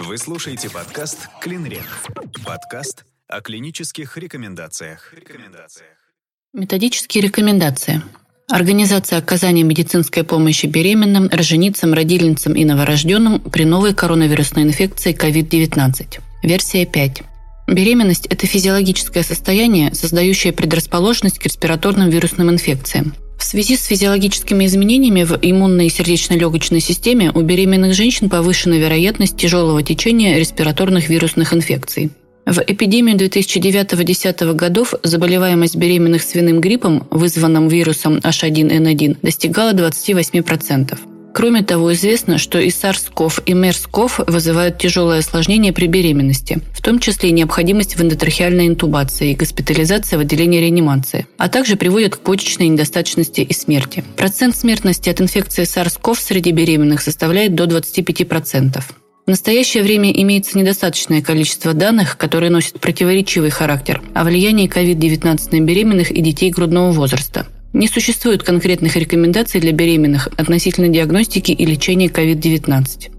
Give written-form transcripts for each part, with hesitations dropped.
Вы слушаете подкаст «Клинрек». Подкаст о клинических рекомендациях. Методические рекомендации. Организация оказания медицинской помощи беременным, роженицам, родильницам и новорожденным при новой коронавирусной инфекции COVID-19. Версия 5. Беременность – это физиологическое состояние, создающее предрасположенность к респираторным вирусным инфекциям. В связи с физиологическими изменениями в иммунной и сердечно-легочной системе у беременных женщин повышена вероятность тяжелого течения респираторных вирусных инфекций. В эпидемию 2009-2010 годов заболеваемость беременных свиным гриппом, вызванным вирусом H1N1, достигала 28%. Кроме того, известно, что и SARS-CoV, и MERS-CoV вызывают тяжелые осложнения при беременности, в том числе и необходимость в эндотрахеальной интубации и госпитализации в отделении реанимации, а также приводят к почечной недостаточности и смерти. Процент смертности от инфекции SARS-CoV среди беременных составляет до 25%. В настоящее время имеется недостаточное количество данных, которые носят противоречивый характер о влиянии COVID-19 на беременных и детей грудного возраста. Не существует конкретных рекомендаций для беременных относительно диагностики и лечения COVID-19.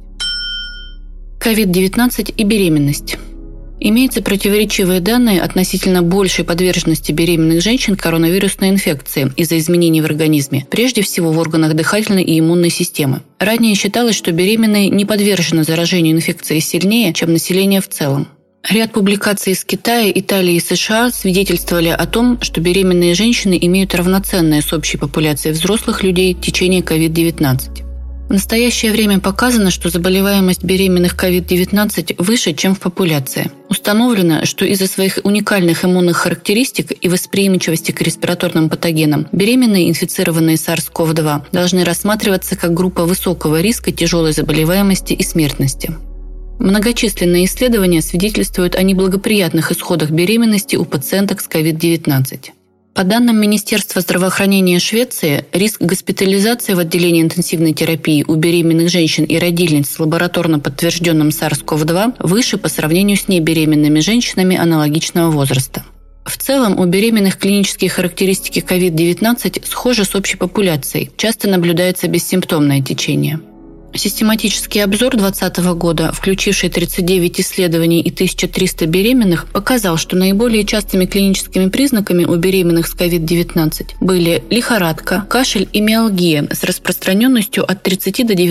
COVID-19 и беременность. Имеются противоречивые данные относительно большей подверженности беременных женщин коронавирусной инфекции из-за изменений в организме, прежде всего в органах дыхательной и иммунной системы. Ранее считалось, что беременные не подвержены заражению инфекцией сильнее, чем население в целом. Ряд публикаций из Китая, Италии и США свидетельствовали о том, что беременные женщины имеют равноценное с общей популяцией взрослых людей течение COVID-19. В настоящее время показано, что заболеваемость беременных COVID-19 выше, чем в популяции. Установлено, что из-за своих уникальных иммунных характеристик и восприимчивости к респираторным патогенам беременные, инфицированные SARS-CoV-2, должны рассматриваться как группа высокого риска тяжелой заболеваемости и смертности. Многочисленные исследования свидетельствуют о неблагоприятных исходах беременности у пациенток с COVID-19. По данным Министерства здравоохранения Швеции, риск госпитализации в отделении интенсивной терапии у беременных женщин и родильниц с лабораторно подтвержденным SARS-CoV-2 выше по сравнению с небеременными женщинами аналогичного возраста. В целом, у беременных клинические характеристики COVID-19 схожи с общей популяцией, часто наблюдается бессимптомное течение. Систематический обзор 2020 года, включивший 39 исследований и 1300 беременных, показал, что наиболее частыми клиническими признаками у беременных с COVID-19 были лихорадка, кашель и миалгия с распространенностью от 30 до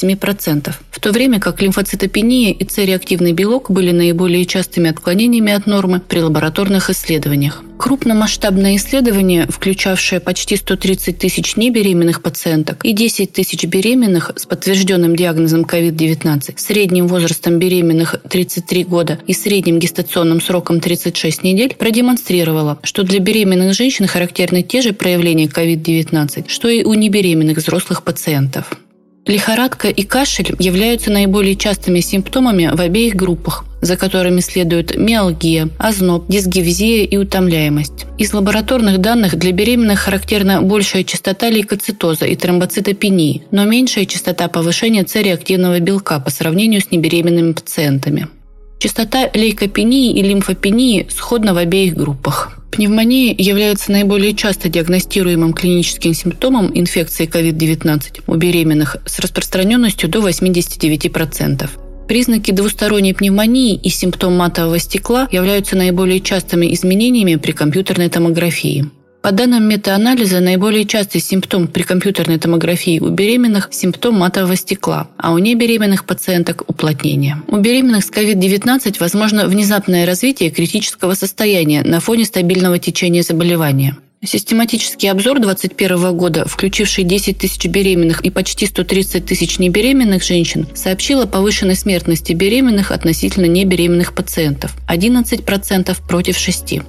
97%, в то время как лимфоцитопения и С-реактивный белок были наиболее частыми отклонениями от нормы при лабораторных исследованиях. Крупномасштабное исследование, включавшее почти 130 тысяч небеременных пациенток и 10 тысяч беременных с подтвержденным диагнозом COVID-19, средним возрастом беременных 33 года и средним гестационным сроком 36 недель, продемонстрировало, что для беременных женщин характерны те же проявления COVID-19, что и у небеременных взрослых пациентов. Лихорадка и кашель являются наиболее частыми симптомами в обеих группах, за которыми следуют миалгия, озноб, дисгевзия и утомляемость. Из лабораторных данных для беременных характерна большая частота лейкоцитоза и тромбоцитопении, но меньшая частота повышения С-реактивного белка по сравнению с небеременными пациентами. Частота лейкопении и лимфопении сходна в обеих группах. Пневмония является наиболее часто диагностируемым клиническим симптомом инфекции COVID-19 у беременных с распространенностью до 89%. Признаки двусторонней пневмонии и симптом матового стекла являются наиболее частыми изменениями при компьютерной томографии. По данным метаанализа, наиболее частый симптом при компьютерной томографии у беременных – симптом матового стекла, а у небеременных пациенток – уплотнение. У беременных с COVID-19 возможно внезапное развитие критического состояния на фоне стабильного течения заболевания. Систематический обзор 2021 года, включивший 10 тысяч беременных и почти 130 тысяч небеременных женщин, сообщил о повышенной смертности беременных относительно небеременных пациентов – 11% против 6%.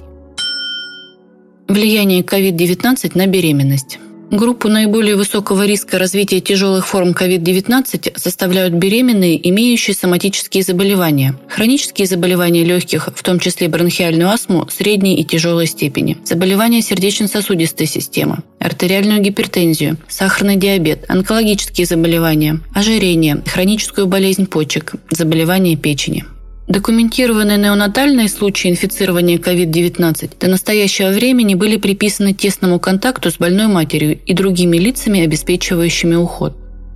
Влияние COVID-19 на беременность. Группу наиболее высокого риска развития тяжелых форм COVID-19 составляют беременные, имеющие соматические заболевания, хронические заболевания легких, в том числе бронхиальную астму, средней и тяжелой степени, заболевания сердечно-сосудистой системы, артериальную гипертензию, сахарный диабет, онкологические заболевания, ожирение, хроническую болезнь почек, заболевания печени. Документированные неонатальные случаи инфицирования COVID-19 до настоящего времени были приписаны тесному контакту с больной матерью и другими лицами, обеспечивающими уход.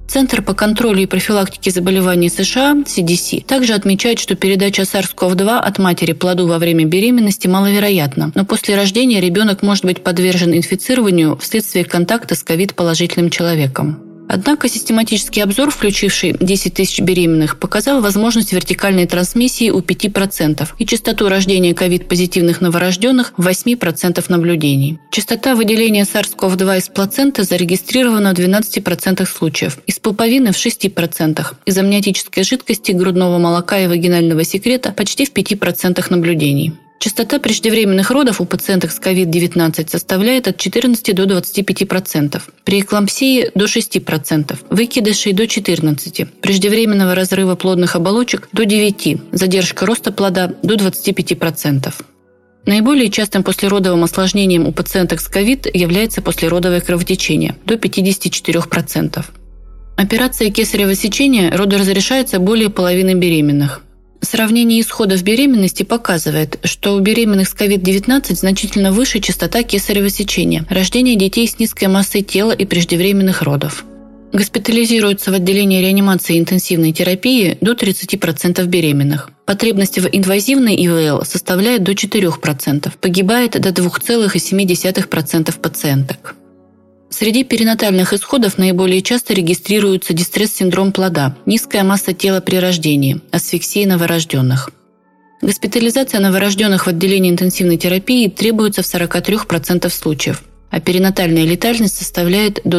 Центр по контролю и профилактике заболеваний США, CDC, также отмечает, что передача SARS-CoV-2 от матери плоду во время беременности маловероятна, но после рождения ребенок может быть подвержен инфицированию вследствие контакта с ковид-положительным человеком. Однако систематический обзор, включивший 10 тысяч беременных, показал возможность вертикальной трансмиссии у 5% и частоту рождения ковид-позитивных новорожденных в 8% наблюдений. Частота выделения SARS-CoV-2 из плаценты зарегистрирована в 12% случаев, из пуповины в 6%, из амниотической жидкости, грудного молока и вагинального секрета почти в 5% наблюдений. Частота преждевременных родов у пациенток с COVID-19 составляет от 14 до 25%, при эклампсии до 6%, выкидышей до 14%, преждевременного разрыва плодных оболочек до 9%, задержка роста плода до 25%. Наиболее частым послеродовым осложнением у пациенток с COVID является послеродовое кровотечение до 54%. Операцией кесарево сечения роды разрешаются более половины беременных. Сравнение исходов беременности показывает, что у беременных с COVID-19 значительно выше частота кесарево сечения, рождение детей с низкой массой тела и преждевременных родов. Госпитализируются в отделении реанимации и интенсивной терапии до 30% беременных. Потребность в инвазивной ИВЛ составляет до 4%, погибает до 2,7% пациенток. Среди перинатальных исходов наиболее часто регистрируется дистресс-синдром плода, низкая масса тела при рождении, асфиксия новорожденных. Госпитализация новорожденных в отделении интенсивной терапии требуется в 43% случаев, а перинатальная летальность составляет до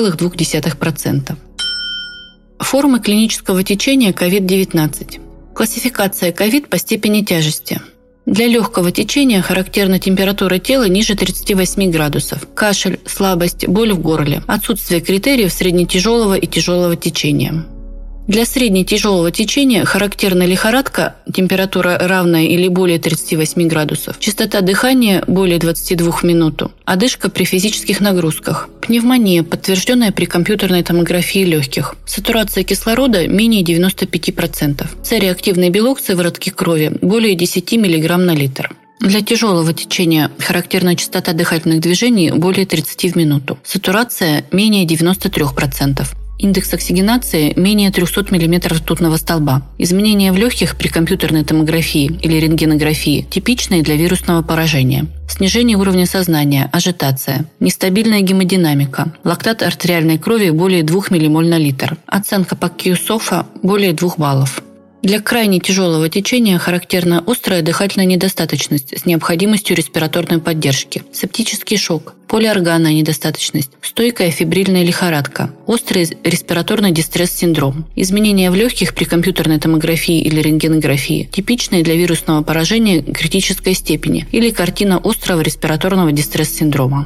2,2%. Формы клинического течения COVID-19. Классификация COVID по степени тяжести. Для легкого течения характерна температура тела ниже 38 градусов, кашель, слабость, боль в горле, отсутствие критериев среднетяжелого и тяжелого течения. Для среднетяжелого течения характерна лихорадка, температура равная или более 38 градусов, частота дыхания более 22 в минуту, одышка при физических нагрузках, пневмония, подтвержденная при компьютерной томографии легких, сатурация кислорода менее 95%, C-реактивный белок сыворотки крови более 10 мг на литр. Для тяжелого течения характерна частота дыхательных движений более 30 в минуту, сатурация менее 93%. Индекс оксигенации менее 300 мм ртутного столба. Изменения в легких при компьютерной томографии или рентгенографии типичные для вирусного поражения. Снижение уровня сознания, ажитация, нестабильная гемодинамика, лактат артериальной крови более 2 ммоль на литр. Оценка по Кьюсофа более 2 баллов. Для крайне тяжелого течения характерна острая дыхательная недостаточность с необходимостью респираторной поддержки, септический шок, полиорганная недостаточность, стойкая фебрильная лихорадка, острый респираторный дистресс-синдром, изменения в легких при компьютерной томографии или рентгенографии, типичные для вирусного поражения критической степени или картина острого респираторного дистресс-синдрома.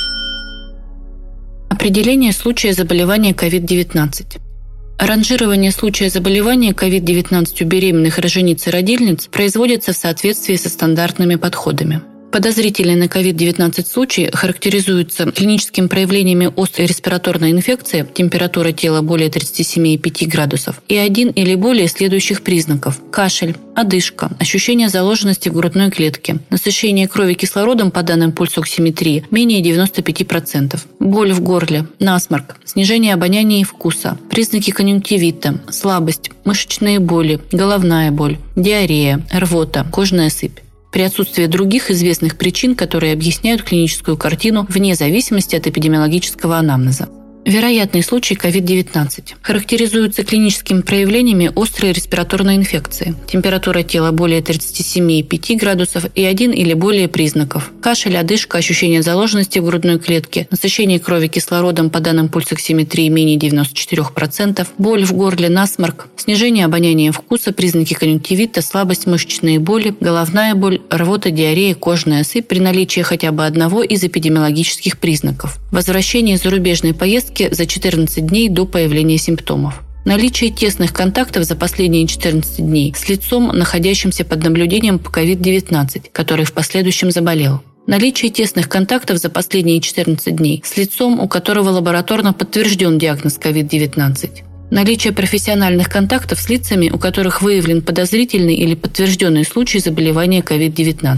Определение случая заболевания COVID-19. Ранжирование случая заболевания COVID-19 у беременных рожениц и родильниц производится в соответствии со стандартными подходами. Подозрительные на COVID-19 случаи характеризуются клиническими проявлениями острой респираторной инфекции, температура тела более 37,5 градусов и один или более следующих признаков – кашель, одышка, ощущение заложенности в грудной клетке, насыщение крови кислородом по данным пульсоксиметрии менее 95%, боль в горле, насморк, снижение обоняния и вкуса, признаки конъюнктивита, слабость, мышечные боли, головная боль, диарея, рвота, кожная сыпь. При отсутствии других известных причин, которые объясняют клиническую картину вне зависимости от эпидемиологического анамнеза. Вероятный случай COVID-19 характеризуется клиническими проявлениями острой респираторной инфекции, температура тела более 37,5 градусов и один или более признаков, кашель, одышка, ощущение заложенности в грудной клетке, насыщение крови кислородом по данным пульсоксиметрии менее 94%, боль в горле, насморк, снижение обоняния и вкуса, признаки конъюнктивита, слабость, мышечные боли, головная боль, рвота, диарея, кожная сыпь при наличии хотя бы одного из эпидемиологических признаков, возвращение из зарубежной поездки за 14 дней до появления симптомов. Наличие тесных контактов за последние 14 дней с лицом, находящимся под наблюдением по COVID-19, который в последующем заболел. Наличие тесных контактов за последние 14 дней с лицом, у которого лабораторно подтвержден диагноз COVID-19. Наличие профессиональных контактов с лицами, у которых выявлен подозрительный или подтвержденный случай заболевания COVID-19.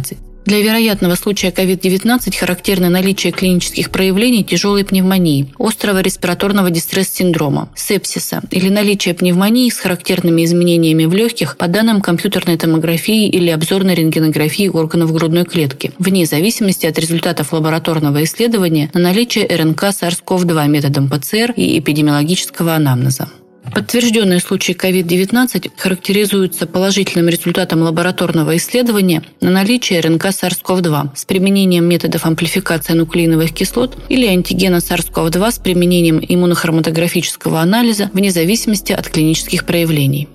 Для вероятного случая COVID-19 характерно наличие клинических проявлений тяжелой пневмонии, острого респираторного дистресс-синдрома, сепсиса или наличие пневмонии с характерными изменениями в легких по данным компьютерной томографии или обзорной рентгенографии органов грудной клетки, вне зависимости от результатов лабораторного исследования на наличие РНК SARS-CoV-2 методом ПЦР и эпидемиологического анамнеза. Подтвержденные случаи COVID-19 характеризуются положительным результатом лабораторного исследования на наличие РНК SARS-CoV-2 с применением методов амплификации нуклеиновых кислот или антигена SARS-CoV-2 с применением иммунохроматографического анализа вне зависимости от клинических проявлений.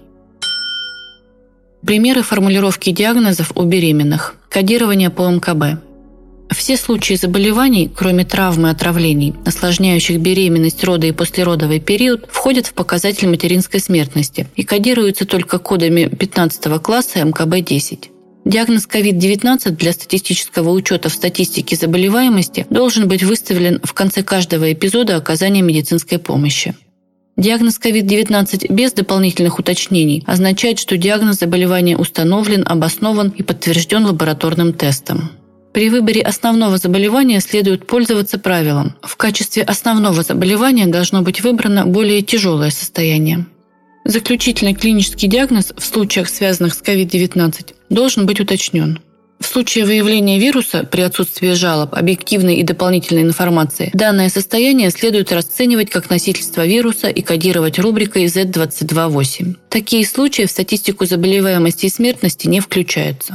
Примеры формулировки диагнозов у беременных. Кодирование по МКБ. Все случаи заболеваний, кроме травмы и отравлений, осложняющих беременность, роды и послеродовый период, входят в показатель материнской смертности и кодируются только кодами 15 класса МКБ-10. Диагноз COVID-19 для статистического учета в статистике заболеваемости должен быть выставлен в конце каждого эпизода оказания медицинской помощи. Диагноз COVID-19 без дополнительных уточнений означает, что диагноз заболевания установлен, обоснован и подтвержден лабораторным тестом. При выборе основного заболевания следует пользоваться правилом. В качестве основного заболевания должно быть выбрано более тяжелое состояние. Заключительный клинический диагноз в случаях, связанных с COVID-19, должен быть уточнен. В случае выявления вируса при отсутствии жалоб, объективной и дополнительной информации, данное состояние следует расценивать как носительство вируса и кодировать рубрикой Z22.8. Такие случаи в статистику заболеваемости и смертности не включаются.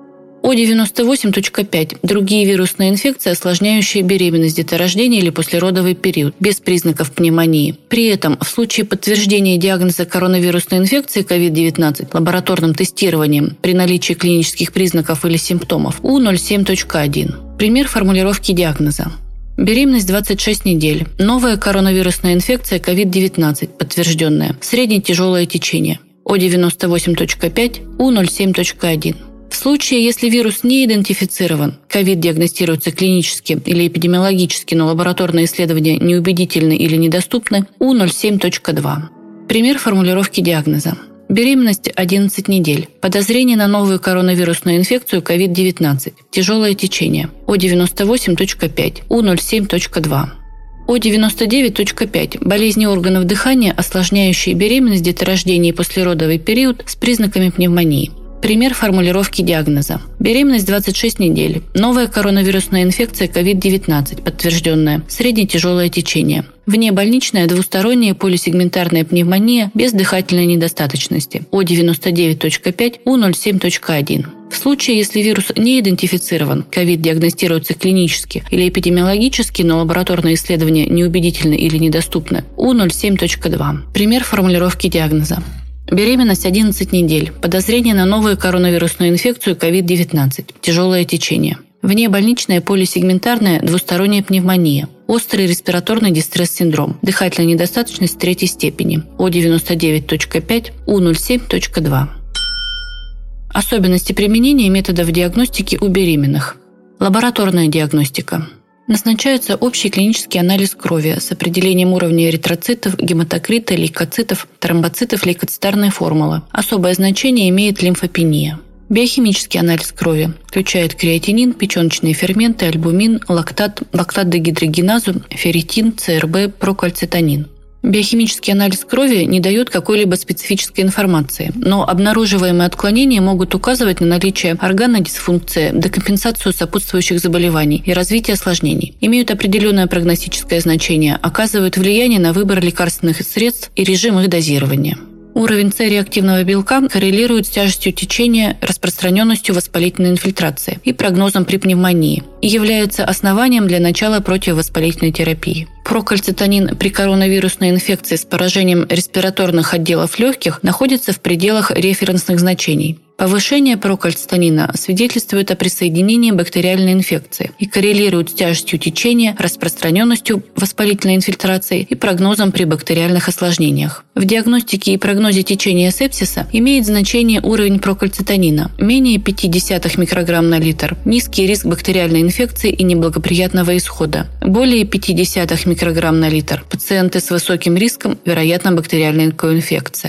О98.5 – другие вирусные инфекции, осложняющие беременность, деторождение или послеродовый период, без признаков пневмонии. При этом в случае подтверждения диагноза коронавирусной инфекции COVID-19 лабораторным тестированием при наличии клинических признаков или симптомов У07.1. Пример формулировки диагноза. Беременность 26 недель. Новая коронавирусная инфекция COVID-19, подтвержденная. Средне-тяжелое течение. О98.5, У07.1. В случае, если вирус не идентифицирован, ковид диагностируется клинически или эпидемиологически, но лабораторные исследования неубедительны или недоступны, У07.2. Пример формулировки диагноза. Беременность 11 недель. Подозрение на новую коронавирусную инфекцию COVID-19. Тяжелое течение. О98.5. У07.2. О99.5. Болезни органов дыхания, осложняющие беременность, деторождение и послеродовый период с признаками пневмонии. Пример формулировки диагноза. Беременность 26 недель. Новая коронавирусная инфекция COVID-19, подтвержденная. Средне-тяжелое течение. Внебольничная двусторонняя полисегментарная пневмония без дыхательной недостаточности. О99.5, У07.1. В случае, если вирус не идентифицирован, ковид диагностируется клинически или эпидемиологически, но лабораторные исследования неубедительны или недоступны. У07.2. Пример формулировки диагноза. Беременность 11 недель. Подозрение на новую коронавирусную инфекцию COVID-19. Тяжелое течение. Внебольничная полисегментарная двусторонняя пневмония. Острый респираторный дистресс-синдром. Дыхательная недостаточность 3 степени. О99.5, У07.2. Особенности применения методов диагностики у беременных. Лабораторная диагностика. Назначается общий клинический анализ крови с определением уровня эритроцитов, гематокрита, лейкоцитов, тромбоцитов, лейкоцитарной формулы. Особое значение имеет лимфопения. Биохимический анализ крови включает креатинин, печёночные ферменты, альбумин, лактат-дегидрогеназу, ферритин, ЦРБ, прокальцитонин. Биохимический анализ крови не дает какой-либо специфической информации, но обнаруживаемые отклонения могут указывать на наличие органной дисфункции, декомпенсацию сопутствующих заболеваний и развитие осложнений, имеют определенное прогностическое значение, оказывают влияние на выбор лекарственных средств и режим их дозирования. Уровень С-реактивного белка коррелирует с тяжестью течения, распространенностью воспалительной инфильтрации и прогнозом при пневмонии и является основанием для начала противовоспалительной терапии. Прокальцитонин при коронавирусной инфекции с поражением респираторных отделов легких находится в пределах референсных значений. Повышение прокальцитонина свидетельствует о присоединении бактериальной инфекции и коррелирует с тяжестью течения, распространенностью воспалительной инфильтрации и прогнозом при бактериальных осложнениях. В диагностике и прогнозе течения сепсиса имеет значение уровень прокальцитонина – менее 0,5 микрограмм на литр, низкий риск бактериальной инфекции и неблагоприятного исхода, более 0,5 микрограмм на литр, пациенты с высоким риском, вероятно, бактериальная коинфекция.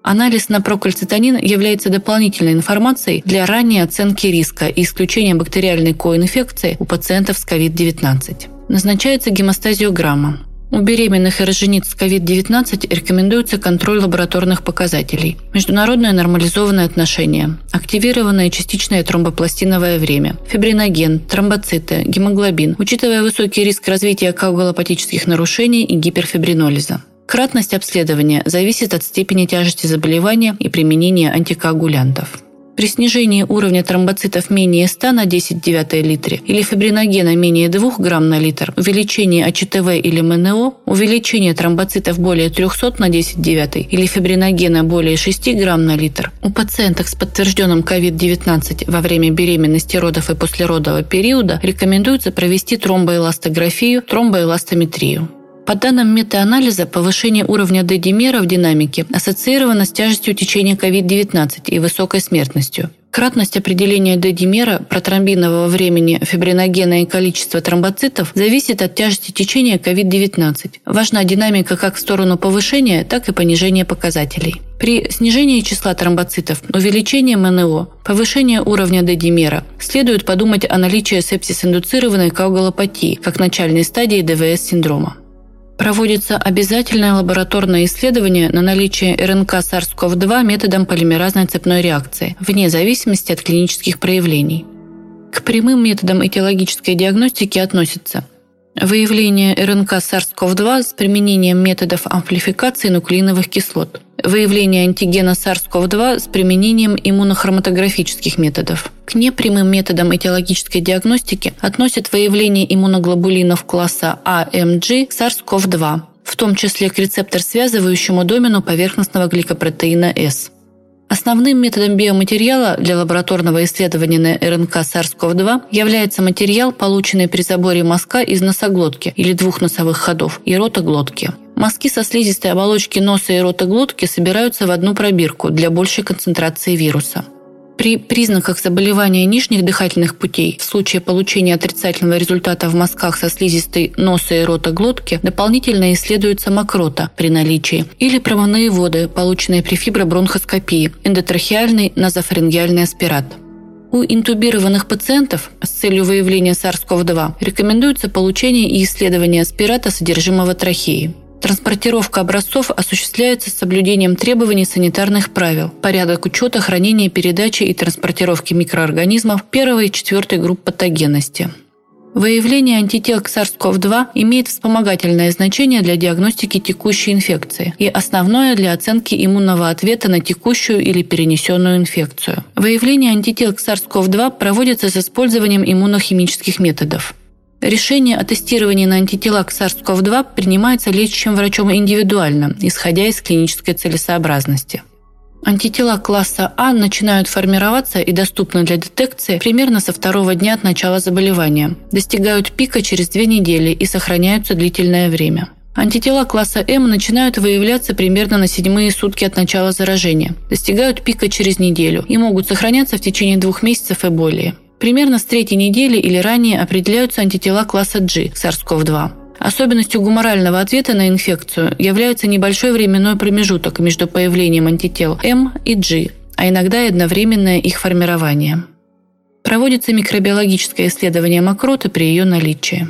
Анализ на прокальцитонин является дополнительной информацией для ранней оценки риска и исключения бактериальной коинфекции у пациентов с COVID-19. Назначается гемостазиограмма. У беременных и рожениц с COVID-19 рекомендуется контроль лабораторных показателей, международное нормализованное отношение, активированное частичное тромбопластиновое время, фибриноген, тромбоциты, гемоглобин, учитывая высокий риск развития коагулопатических нарушений и гиперфибринолиза. Кратность обследования зависит от степени тяжести заболевания и применения антикоагулянтов. При снижении уровня тромбоцитов менее 100 на 10,9 литре или фибриногена менее 2 грамм на литр, увеличение АЧТВ или МНО, увеличение тромбоцитов более 300 на 10,9 или фибриногена более 6 грамм на литр, у пациенток с подтвержденным COVID-19 во время беременности, родов и послеродового периода рекомендуется провести тромбоэластографию, тромбоэластометрию. По данным метаанализа, повышение уровня D-димера в динамике ассоциировано с тяжестью течения COVID-19 и высокой смертностью. Кратность определения D-димера, протромбинового времени фибриногена и количества тромбоцитов зависит от тяжести течения COVID-19. Важна динамика как в сторону повышения, так и понижения показателей. При снижении числа тромбоцитов, увеличении МНО, повышении уровня D-димера следует подумать о наличии сепсис-индуцированной коагулопатии как начальной стадии ДВС-синдрома. Проводится обязательное лабораторное исследование на наличие РНК SARS-CoV-2 методом полимеразной цепной реакции, вне зависимости от клинических проявлений. К прямым методам этиологической диагностики относятся выявление РНК SARS-CoV-2 с применением методов амплификации нуклеиновых кислот, выявление антигена SARS-CoV-2 с применением иммунохроматографических методов. К непрямым методам этиологической диагностики относят выявление иммуноглобулинов класса AMG SARS-CoV-2, в том числе к рецептор-связывающему домену поверхностного гликопротеина S. Основным методом биоматериала для лабораторного исследования на РНК SARS-CoV-2 является материал, полученный при заборе мазка из носоглотки или двух носовых ходов и ротоглотки. Мазки со слизистой оболочки носа и ротоглотки собираются в одну пробирку для большей концентрации вируса. При признаках заболевания нижних дыхательных путей в случае получения отрицательного результата в мазках со слизистой носа и ротоглотки дополнительно исследуется мокрота при наличии или промывные воды, полученные при фибробронхоскопии, эндотрахеальный назофарингеальный аспират. У интубированных пациентов с целью выявления SARS-CoV-2 рекомендуется получение и исследование аспирата содержимого трахеи. Транспортировка образцов осуществляется с соблюдением требований санитарных правил, порядок учета, хранения, передачи и транспортировки микроорганизмов 1 и 4 групп патогенности. Выявление антител к SARS-CoV-2 имеет вспомогательное значение для диагностики текущей инфекции и основное для оценки иммунного ответа на текущую или перенесенную инфекцию. Выявление антител к SARS-CoV-2 проводится с использованием иммунохимических методов. Решение о тестировании на антитела к SARS-CoV-2 принимается лечащим врачом индивидуально, исходя из клинической целесообразности. Антитела класса А начинают формироваться и доступны для детекции примерно со 2-го дня от начала заболевания, достигают пика через 2 недели и сохраняются длительное время. Антитела класса М начинают выявляться примерно на 7-е сутки от начала заражения, достигают пика через неделю и могут сохраняться в течение 2 месяцев и более. Примерно с 3-й недели или ранее определяются антитела класса G к SARS-CoV-2. Особенностью гуморального ответа на инфекцию является небольшой временной промежуток между появлением антител М и G, а иногда и одновременное их формирование. Проводится микробиологическое исследование мокроты при ее наличии.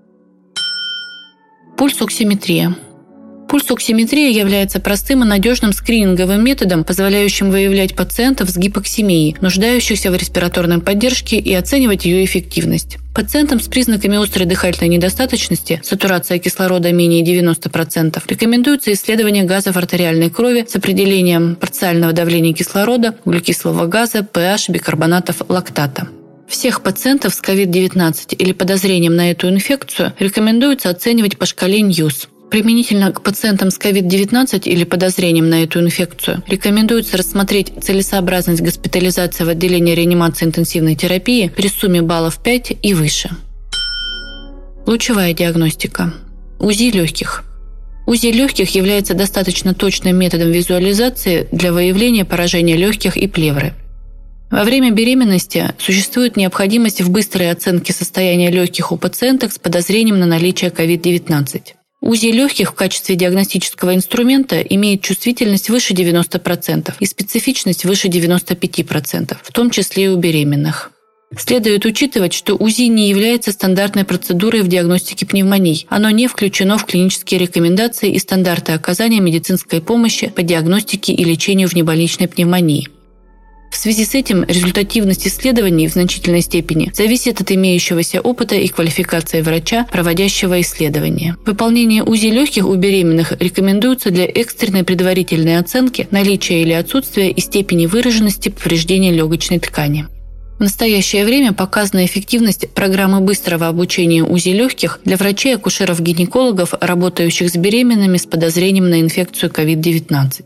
Пульсоксиметрия. Пульсоксиметрия является простым и надежным скрининговым методом, позволяющим выявлять пациентов с гипоксемией, нуждающихся в респираторной поддержке, и оценивать ее эффективность. Пациентам с признаками острой дыхательной недостаточности, сатурация кислорода менее 90%, рекомендуется исследование газов артериальной крови с определением парциального давления кислорода, углекислого газа, pH, бикарбонатов, лактата. Всех пациентов с COVID-19 или подозрением на эту инфекцию рекомендуется оценивать по шкале Ньюс. Применительно к пациентам с COVID-19 или подозрением на эту инфекцию рекомендуется рассмотреть целесообразность госпитализации в отделении реанимации интенсивной терапии при сумме баллов 5 и выше. Лучевая диагностика. УЗИ легких. УЗИ легких является достаточно точным методом визуализации для выявления поражения легких и плевры. Во время беременности существует необходимость в быстрой оценке состояния легких у пациенток с подозрением на наличие COVID-19. УЗИ легких в качестве диагностического инструмента имеет чувствительность выше 90% и специфичность выше 95%, в том числе и у беременных. Следует учитывать, что УЗИ не является стандартной процедурой в диагностике пневмоний. Оно не включено в клинические рекомендации и стандарты оказания медицинской помощи по диагностике и лечению внебольничной пневмонии. В связи с этим результативность исследований в значительной степени зависит от имеющегося опыта и квалификации врача, проводящего исследование. Выполнение УЗИ легких у беременных рекомендуется для экстренной предварительной оценки наличия или отсутствия и степени выраженности повреждения легочной ткани. В настоящее время показана эффективность программы быстрого обучения УЗИ легких для врачей-акушеров-гинекологов, работающих с беременными с подозрением на инфекцию COVID-19.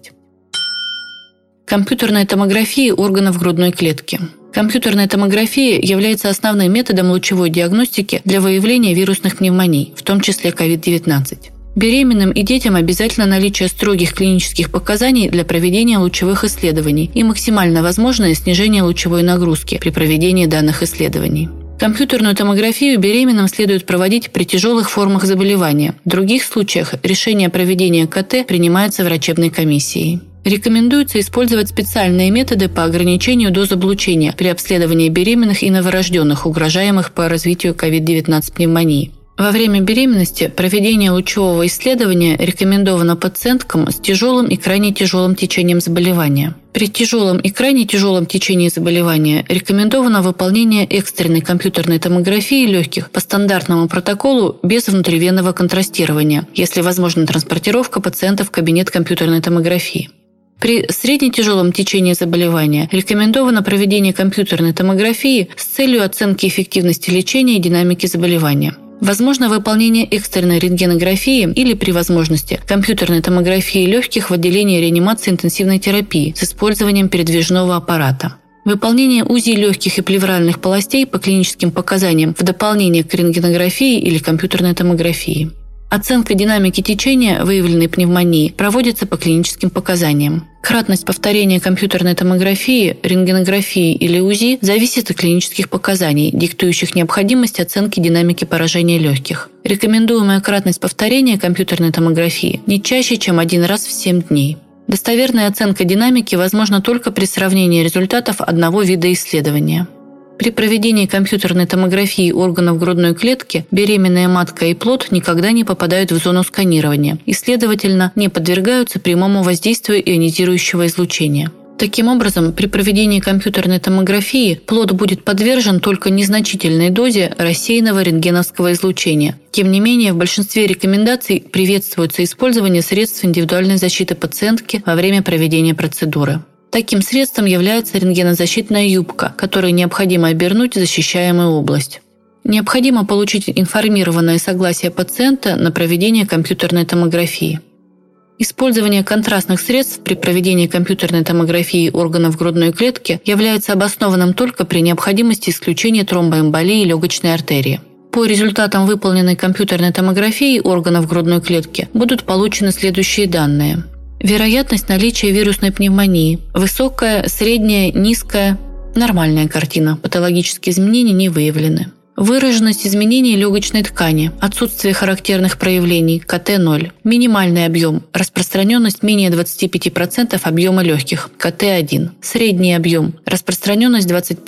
Компьютерная томография органов грудной клетки. Компьютерная томография является основным методом лучевой диагностики для выявления вирусных пневмоний, в том числе COVID-19. Беременным и детям обязательно наличие строгих клинических показаний для проведения лучевых исследований и максимально возможное снижение лучевой нагрузки при проведении данных исследований. Компьютерную томографию беременным следует проводить при тяжелых формах заболевания. В других случаях решение о проведении КТ принимается врачебной комиссией. Рекомендуется использовать специальные методы по ограничению доз облучения при обследовании беременных и новорожденных, угрожаемых по развитию COVID-19 пневмонии. Во время беременности проведение лучевого исследования рекомендовано пациенткам с тяжелым и крайне тяжелым течением заболевания. При тяжелом и крайне тяжелом течении заболевания рекомендовано выполнение экстренной компьютерной томографии легких по стандартному протоколу без внутривенного контрастирования, если возможна транспортировка пациента в кабинет компьютерной томографии. При среднетяжелом течении заболевания рекомендовано проведение компьютерной томографии с целью оценки эффективности лечения и динамики заболевания. Возможно выполнение экстренной рентгенографии или, при возможности, компьютерной томографии легких в отделении реанимации интенсивной терапии с использованием передвижного аппарата. Выполнение УЗИ легких и плевральных полостей по клиническим показаниям в дополнение к рентгенографии или компьютерной томографии. Оценка динамики течения выявленной пневмонии проводится по клиническим показаниям. Кратность повторения компьютерной томографии, рентгенографии или УЗИ зависит от клинических показаний, диктующих необходимость оценки динамики поражения легких. Рекомендуемая кратность повторения компьютерной томографии не чаще, чем 1 раз в 7 дней. Достоверная оценка динамики возможна только при сравнении результатов одного вида исследования. При проведении компьютерной томографии органов грудной клетки беременная матка и плод никогда не попадают в зону сканирования и, следовательно, не подвергаются прямому воздействию ионизирующего излучения. Таким образом, при проведении компьютерной томографии плод будет подвержен только незначительной дозе рассеянного рентгеновского излучения. Тем не менее, в большинстве рекомендаций приветствуется использование средств индивидуальной защиты пациентки во время проведения процедуры. Таким средством является рентгенозащитная юбка, которой необходимо обернуть защищаемую область. Необходимо получить информированное согласие пациента на проведение компьютерной томографии. Использование контрастных средств при проведении компьютерной томографии органов грудной клетки является обоснованным только при необходимости исключения тромбоэмболии легочной артерии. По результатам выполненной компьютерной томографии органов грудной клетки будут получены следующие данные. Вероятность наличия вирусной пневмонии. Высокая, средняя, низкая. Нормальная картина. Патологические изменения не выявлены. Выраженность изменений легочной ткани. Отсутствие характерных проявлений. КТ 0. Минимальный объем. Распространенность менее 25% объема легких. КТ 1. Средний объем. Распространенность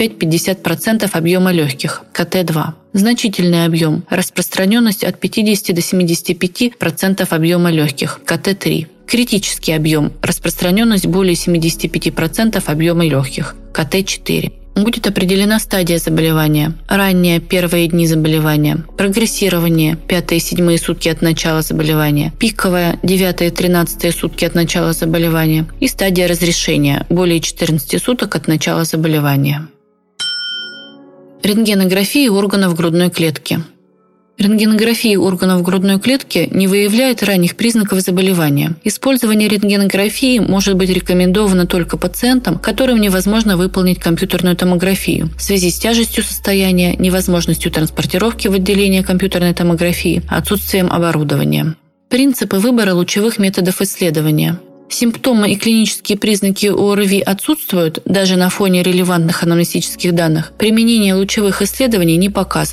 25-50% объема легких. КТ 2. Значительный объем. Распространенность от 50 до 75% объема легких. КТ 3. Критический объем. Распространенность более 75% объема легких. КТ 4. Будет определена стадия заболевания. Ранние первые дни заболевания. Прогрессирование 5-7 сутки от начала заболевания. Пиковая 9-13 сутки от начала заболевания. И стадия разрешения более 14 суток от начала заболевания. Рентгенография органов грудной клетки. Рентгенография органов грудной клетки не выявляет ранних признаков заболевания. Использование рентгенографии может быть рекомендовано только пациентам, которым невозможно выполнить компьютерную томографию в связи с тяжестью состояния, невозможностью транспортировки в отделение компьютерной томографии, отсутствием оборудования. Принципы выбора лучевых методов исследования. Симптомы и клинические признаки ОРВИ отсутствуют даже на фоне релевантных анамнестических данных. Применение лучевых исследований не показано.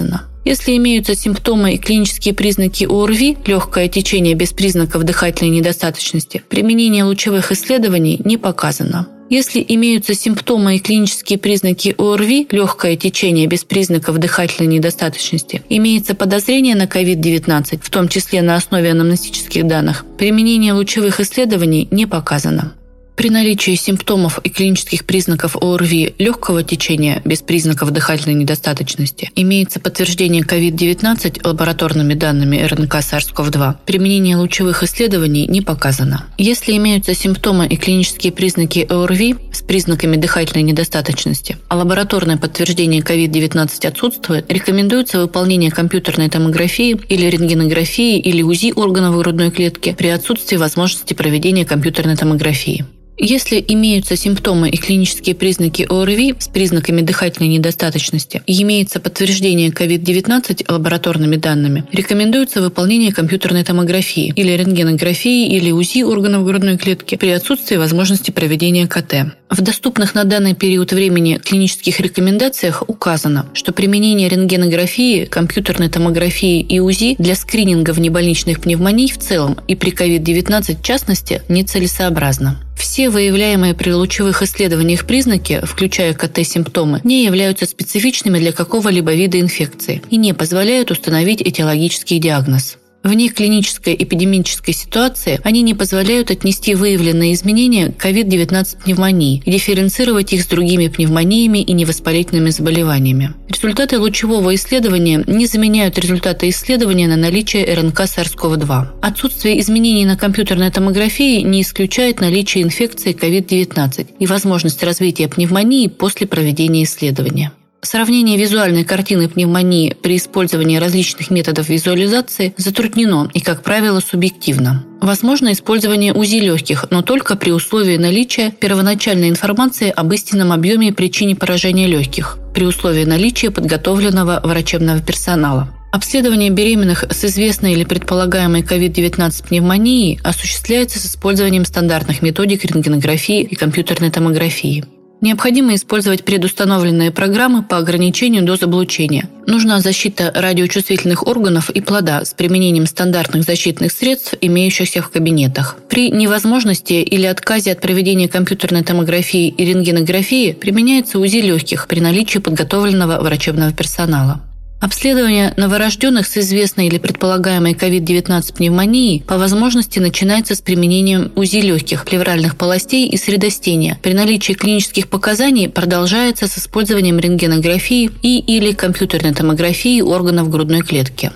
Если имеются симптомы и клинические признаки ОРВИ, легкое течение без признаков дыхательной недостаточности, применение лучевых исследований не показано. Если имеются симптомы и клинические признаки ОРВИ, легкое течение без признаков дыхательной недостаточности, имеется подозрение на COVID-19, в том числе на основе анамнестических данных, применение лучевых исследований не показано. При наличии симптомов и клинических признаков ОРВИ легкого течения без признаков дыхательной недостаточности имеется подтверждение COVID-19 лабораторными данными РНК SARS-CoV-2. Применение лучевых исследований не показано. Если имеются симптомы и клинические признаки ОРВИ с признаками дыхательной недостаточности, а лабораторное подтверждение COVID-19 отсутствует, рекомендуется выполнение компьютерной томографии или рентгенографии или УЗИ органов грудной клетки при отсутствии возможности проведения компьютерной томографии. Если имеются симптомы и клинические признаки ОРВИ с признаками дыхательной недостаточности и имеется подтверждение COVID-19 лабораторными данными, рекомендуется выполнение компьютерной томографии или рентгенографии или УЗИ органов грудной клетки при отсутствии возможности проведения КТ. В доступных на данный период времени клинических рекомендациях указано, что применение рентгенографии, компьютерной томографии и УЗИ для скрининга внебольничных пневмоний в целом и при COVID-19 в частности нецелесообразно. Все выявляемые при лучевых исследованиях признаки, включая КТ-симптомы, не являются специфичными для какого-либо вида инфекции и не позволяют установить этиологический диагноз. В неклинической эпидемической ситуации они не позволяют отнести выявленные изменения к COVID-19 пневмонии и дифференцировать их с другими пневмониями и невоспалительными заболеваниями. Результаты лучевого исследования не заменяют результаты исследования на наличие РНК SARS-CoV-2. Отсутствие изменений на компьютерной томографии не исключает наличие инфекции COVID-19 и возможность развития пневмонии после проведения исследования. Сравнение визуальной картины пневмонии при использовании различных методов визуализации затруднено и, как правило, субъективно. Возможно использование УЗИ легких, но только при условии наличия первоначальной информации об истинном объеме и причине поражения легких, при условии наличия подготовленного врачебного персонала. Обследование беременных с известной или предполагаемой COVID-19 пневмонией осуществляется с использованием стандартных методик рентгенографии и компьютерной томографии. Необходимо использовать предустановленные программы по ограничению доз облучения. Нужна защита радиочувствительных органов и плода с применением стандартных защитных средств, имеющихся в кабинетах. При невозможности или отказе от проведения компьютерной томографии и рентгенографии применяется УЗИ легких при наличии подготовленного врачебного персонала. Обследование новорожденных с известной или предполагаемой COVID-19 пневмонией по возможности начинается с применением УЗИ легких, плевральных полостей и средостения. При наличии клинических показаний продолжается с использованием рентгенографии и/или компьютерной томографии органов грудной клетки.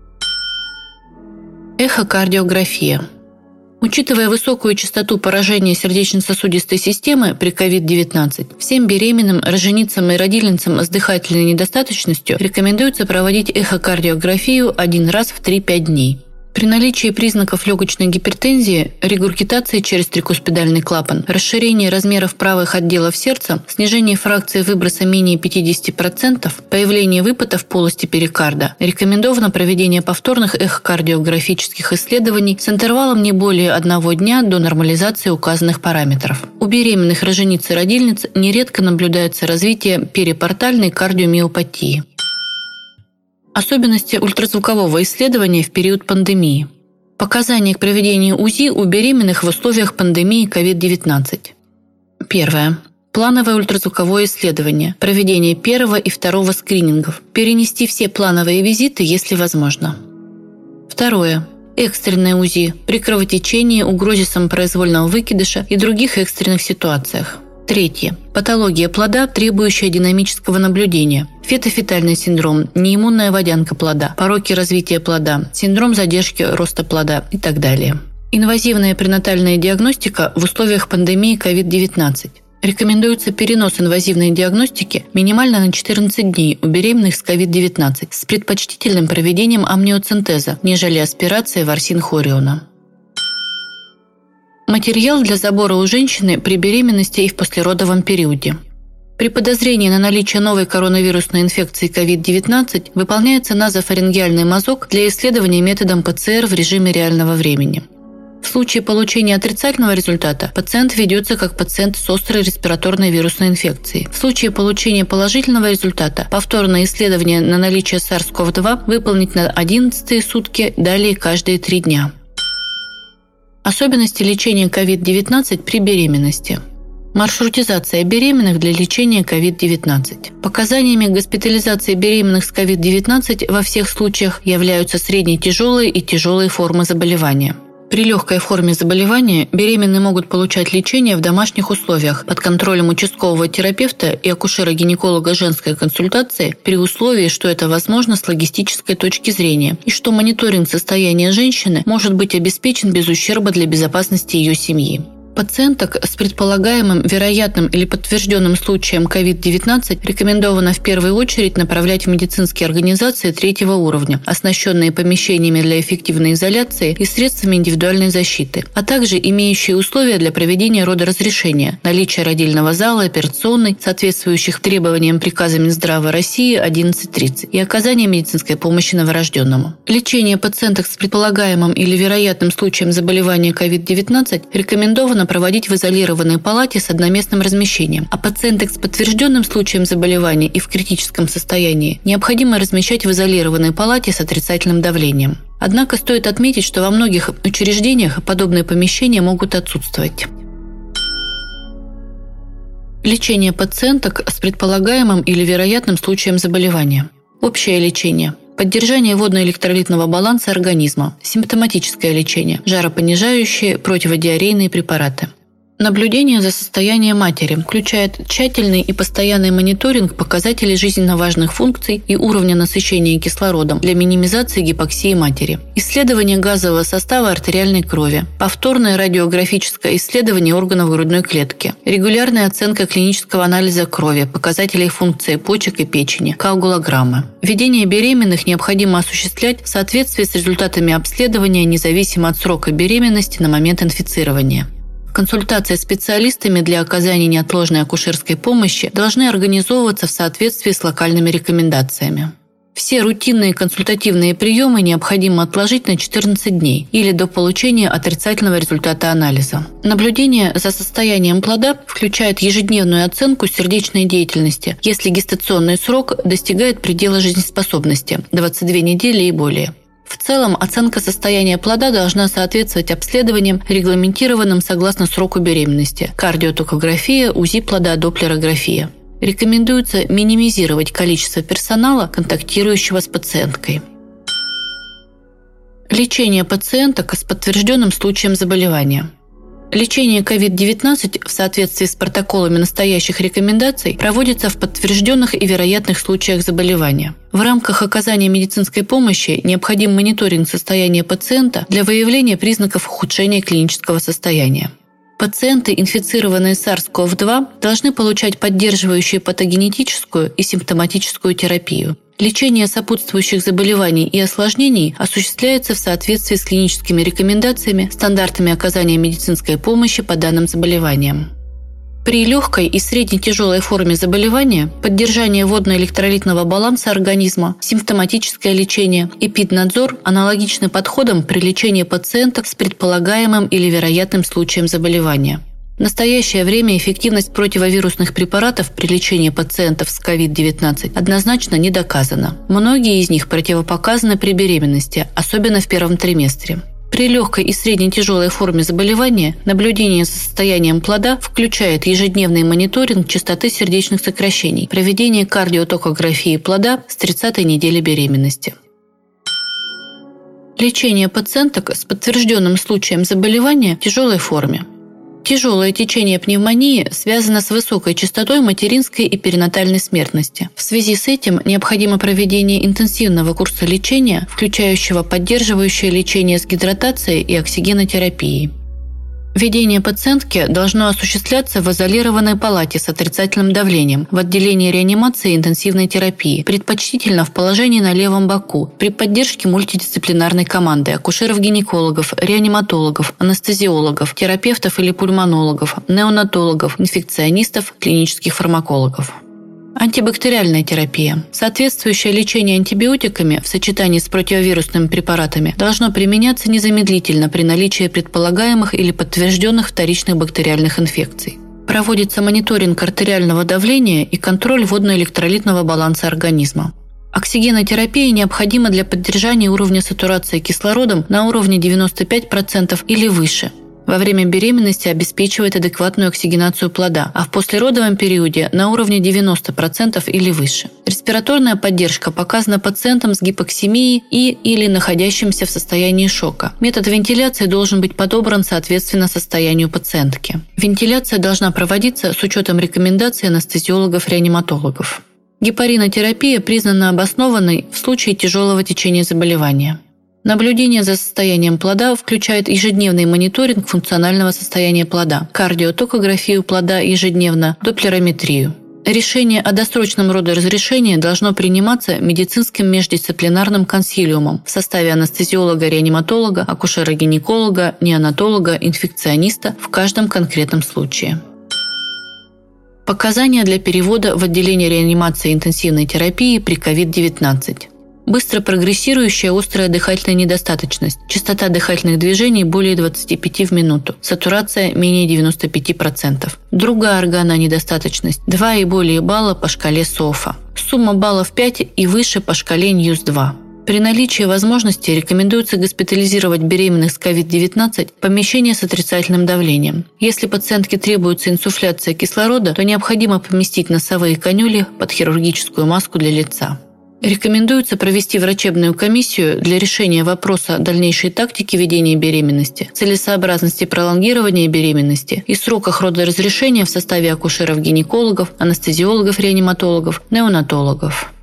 Эхокардиография. Учитывая высокую частоту поражения сердечно-сосудистой системы при COVID-19, всем беременным, роженицам и родильницам с дыхательной недостаточностью рекомендуется проводить эхокардиографию 1 раз в 3-5 дней. При наличии признаков легочной гипертензии, регургитации через трикуспидальный клапан, расширении размеров правых отделов сердца, снижении фракции выброса менее 50%, появлении выпота в полости перикарда, рекомендовано проведение повторных эхокардиографических исследований с интервалом не более 1 дня до нормализации указанных параметров. У беременных рожениц и родильниц нередко наблюдается развитие перипортальной кардиомиопатии. Особенности ультразвукового исследования в период пандемии. Показания к проведению УЗИ у беременных в условиях пандемии COVID-19. Первое. Плановое ультразвуковое исследование. Проведение первого и второго скринингов. Перенести все плановые визиты, если возможно. Второе. Экстренное УЗИ при кровотечении, угрозе самопроизвольного выкидыша и других экстренных ситуациях. Третье. Патология плода, требующая динамического наблюдения. Фетофетальный синдром, неиммунная водянка плода, пороки развития плода, синдром задержки роста плода и так далее. Инвазивная пренатальная диагностика в условиях пандемии COVID-19. Рекомендуется перенос инвазивной диагностики минимально на 14 дней у беременных с COVID-19 с предпочтительным проведением амниоцентеза, нежели аспирации ворсин-хориона. Материал для забора у женщины при беременности и в послеродовом периоде. При подозрении на наличие новой коронавирусной инфекции COVID-19 выполняется назофарингеальный мазок для исследования методом ПЦР в режиме реального времени. В случае получения отрицательного результата пациент ведется как пациент с острой респираторной вирусной инфекцией. В случае получения положительного результата повторное исследование на наличие SARS-CoV-2 выполнить на 11-е сутки, далее каждые 3 дня. Особенности лечения COVID-19 при беременности. Маршрутизация беременных для лечения COVID-19. Показаниями госпитализации беременных с COVID-19 во всех случаях являются средне-тяжелые и тяжелые формы заболевания. При легкой форме заболевания беременные могут получать лечение в домашних условиях под контролем участкового терапевта и акушера-гинеколога женской консультации при условии, что это возможно с логистической точки зрения и что мониторинг состояния женщины может быть обеспечен без ущерба для безопасности ее семьи. Пациенток с предполагаемым, вероятным или подтвержденным случаем COVID-19 рекомендовано в первую очередь направлять в медицинские организации 3-го уровня, оснащенные помещениями для эффективной изоляции и средствами индивидуальной защиты, а также имеющие условия для проведения родоразрешения, наличие родильного зала, операционной, соответствующих требованиям приказа Минздрава России 1130 и оказание медицинской помощи новорожденному. Лечение пациенток с предполагаемым или вероятным случаем заболевания COVID-19 рекомендовано проводить в изолированной палате с одноместным размещением, а пациенток с подтвержденным случаем заболевания и в критическом состоянии необходимо размещать в изолированной палате с отрицательным давлением. Однако стоит отметить, что во многих учреждениях подобные помещения могут отсутствовать. Лечение пациенток с предполагаемым или вероятным случаем заболевания. Общее лечение. Поддержание водно-электролитного баланса организма, симптоматическое лечение, жаропонижающие, противодиарейные препараты. Наблюдение за состоянием матери включает тщательный и постоянный мониторинг показателей жизненно важных функций и уровня насыщения кислородом для минимизации гипоксии матери. Исследование газового состава артериальной крови. Повторное радиографическое исследование органов грудной клетки. Регулярная оценка клинического анализа крови, показателей функции почек и печени, коагулограммы. Ведение беременных необходимо осуществлять в соответствии с результатами обследования независимо от срока беременности на момент инфицирования. Консультации с специалистами для оказания неотложной акушерской помощи должны организовываться в соответствии с локальными рекомендациями. Все рутинные консультативные приемы необходимо отложить на 14 дней или до получения отрицательного результата анализа. Наблюдение за состоянием плода включает ежедневную оценку сердечной деятельности, если гестационный срок достигает предела жизнеспособности – 22 недели и более. В целом, оценка состояния плода должна соответствовать обследованиям, регламентированным согласно сроку беременности – кардиотокография, УЗИ плода, доплерография. Рекомендуется минимизировать количество персонала, контактирующего с пациенткой. Лечение пациенток с подтвержденным случаем заболевания. Лечение COVID-19 в соответствии с протоколами настоящих рекомендаций проводится в подтвержденных и вероятных случаях заболевания. В рамках оказания медицинской помощи необходим мониторинг состояния пациента для выявления признаков ухудшения клинического состояния. Пациенты, инфицированные SARS-CoV-2, должны получать поддерживающую патогенетическую и симптоматическую терапию. Лечение сопутствующих заболеваний и осложнений осуществляется в соответствии с клиническими рекомендациями, стандартами оказания медицинской помощи по данным заболеваниям. При легкой и средне-тяжелой форме заболевания поддержание водно-электролитного баланса организма, симптоматическое лечение, эпиднадзор аналогичны подходам при лечении пациентов с предполагаемым или вероятным случаем заболевания. В настоящее время эффективность противовирусных препаратов при лечении пациентов с COVID-19 однозначно не доказана. Многие из них противопоказаны при беременности, особенно в первом триместре. При легкой и средне-тяжелой форме заболевания наблюдение за состоянием плода включает ежедневный мониторинг частоты сердечных сокращений, проведение кардиотокографии плода с 30-й недели беременности. Лечение пациенток с подтвержденным случаем заболевания в тяжелой форме. Тяжелое течение пневмонии связано с высокой частотой материнской и перинатальной смертности. В связи с этим необходимо проведение интенсивного курса лечения, включающего поддерживающее лечение с гидратацией и оксигенотерапией. Введение пациентки должно осуществляться в изолированной палате с отрицательным давлением в отделении реанимации и интенсивной терапии, предпочтительно в положении на левом боку, при поддержке мультидисциплинарной команды акушеров-гинекологов, реаниматологов, анестезиологов, терапевтов или пульмонологов, неонатологов, инфекционистов, клинических фармакологов. Антибактериальная терапия. Соответствующее лечение антибиотиками в сочетании с противовирусными препаратами должно применяться незамедлительно при наличии предполагаемых или подтвержденных вторичных бактериальных инфекций. Проводится мониторинг артериального давления и контроль водно-электролитного баланса организма. Оксигенотерапия необходима для поддержания уровня сатурации кислородом на уровне 95% или выше. Во время беременности обеспечивает адекватную оксигенацию плода, а в послеродовом периоде на уровне 90% или выше. Респираторная поддержка показана пациентам с гипоксемией или находящимся в состоянии шока. Метод вентиляции должен быть подобран соответственно состоянию пациентки. Вентиляция должна проводиться с учетом рекомендаций анестезиологов-реаниматологов. Гепаринотерапия признана обоснованной в случае тяжелого течения заболевания. Наблюдение за состоянием плода включает ежедневный мониторинг функционального состояния плода, кардиотокографию плода ежедневно, доплерометрию. Решение о досрочном родоразрешении должно приниматься медицинским междисциплинарным консилиумом в составе анестезиолога-реаниматолога, акушера-гинеколога, неонатолога, инфекциониста в каждом конкретном случае. Показания для перевода в отделение реанимации и интенсивной терапии при COVID-19. Быстро прогрессирующая острая дыхательная недостаточность. Частота дыхательных движений более 25 в минуту. Сатурация менее 95%. Другая органонедостаточность. 2 и более балла по шкале СОФа. Сумма баллов 5 и выше по шкале Ньюс-2. При наличии возможности рекомендуется госпитализировать беременных с COVID-19 в помещение с отрицательным давлением. Если пациентке требуется инсуфляция кислорода, то необходимо поместить носовые канюли под хирургическую маску для лица. Рекомендуется провести врачебную комиссию для решения вопроса дальнейшей тактики ведения беременности, целесообразности пролонгирования беременности и сроках родоразрешения в составе акушеров-гинекологов, анестезиологов-реаниматологов, неонатологов.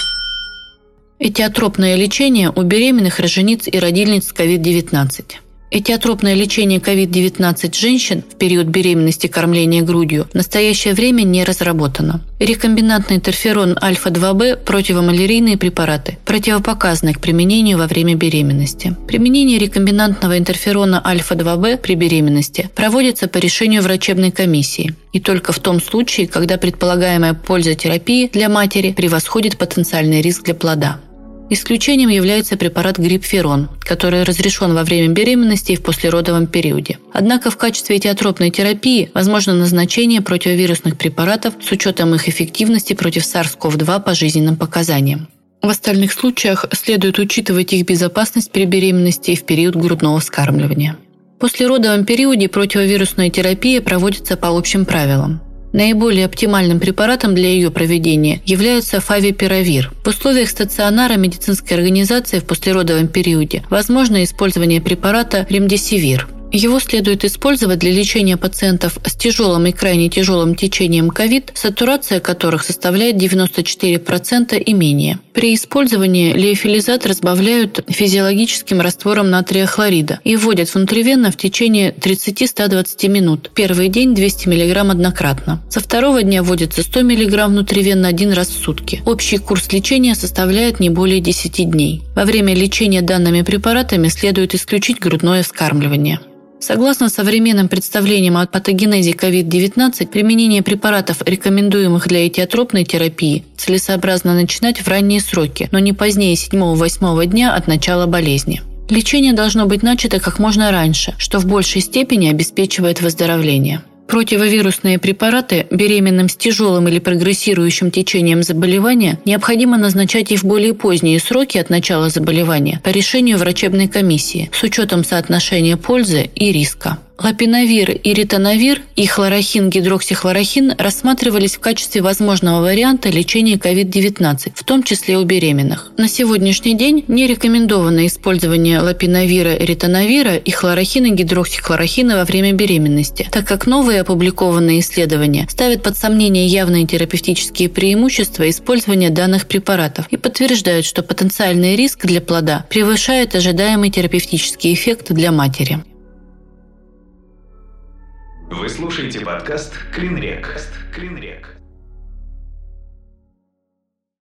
Этиотропное лечение у беременных рожениц и родильниц с COVID-19. Этиотропное лечение COVID-19 женщин в период беременности кормления грудью в настоящее время не разработано. Рекомбинантный интерферон альфа-2b – противомалярийные препараты, противопоказаны к применению во время беременности. Применение рекомбинантного интерферона альфа-2b при беременности проводится по решению врачебной комиссии и только в том случае, когда предполагаемая польза терапии для матери превосходит потенциальный риск для плода. Исключением является препарат грипферон, который разрешен во время беременности и в послеродовом периоде. Однако в качестве этиотропной терапии возможно назначение противовирусных препаратов с учетом их эффективности против SARS-CoV-2 по жизненным показаниям. В остальных случаях следует учитывать их безопасность при беременности и в период грудного вскармливания. В послеродовом периоде противовирусная терапия проводится по общим правилам. Наиболее оптимальным препаратом для ее проведения является фавипиравир. В условиях стационара медицинской организации в послеродовом периоде возможно использование препарата ремдесивир. Его следует использовать для лечения пациентов с тяжелым и крайне тяжелым течением COVID, сатурация которых составляет 94% и менее. При использовании лиофилизат разбавляют физиологическим раствором натрия хлорида и вводят внутривенно в течение 30-120 минут. Первый день 200 мг однократно. Со второго дня вводится 100 мг внутривенно один раз в сутки. Общий курс лечения составляет не более 10 дней. Во время лечения данными препаратами следует исключить грудное вскармливание. Согласно современным представлениям о патогенезе COVID-19, применение препаратов, рекомендуемых для этиотропной терапии, целесообразно начинать в ранние сроки, но не позднее 7-8 дня от начала болезни. Лечение должно быть начато как можно раньше, что в большей степени обеспечивает выздоровление. Противовирусные препараты беременным с тяжелым или прогрессирующим течением заболевания необходимо назначать и в более поздние сроки от начала заболевания по решению врачебной комиссии с учетом соотношения пользы и риска. Лапинавир и ритонавир и хлорохин-гидроксихлорохин рассматривались в качестве возможного варианта лечения COVID-19, в том числе у беременных. На сегодняшний день не рекомендовано использование лапинавира, ритонавира и хлорохина-гидроксихлорохина во время беременности, так как новые опубликованные исследования ставят под сомнение явные терапевтические преимущества использования данных препаратов и подтверждают, что потенциальный риск для плода превышает ожидаемый терапевтический эффект для матери. Вы слушаете подкаст «Клинрек».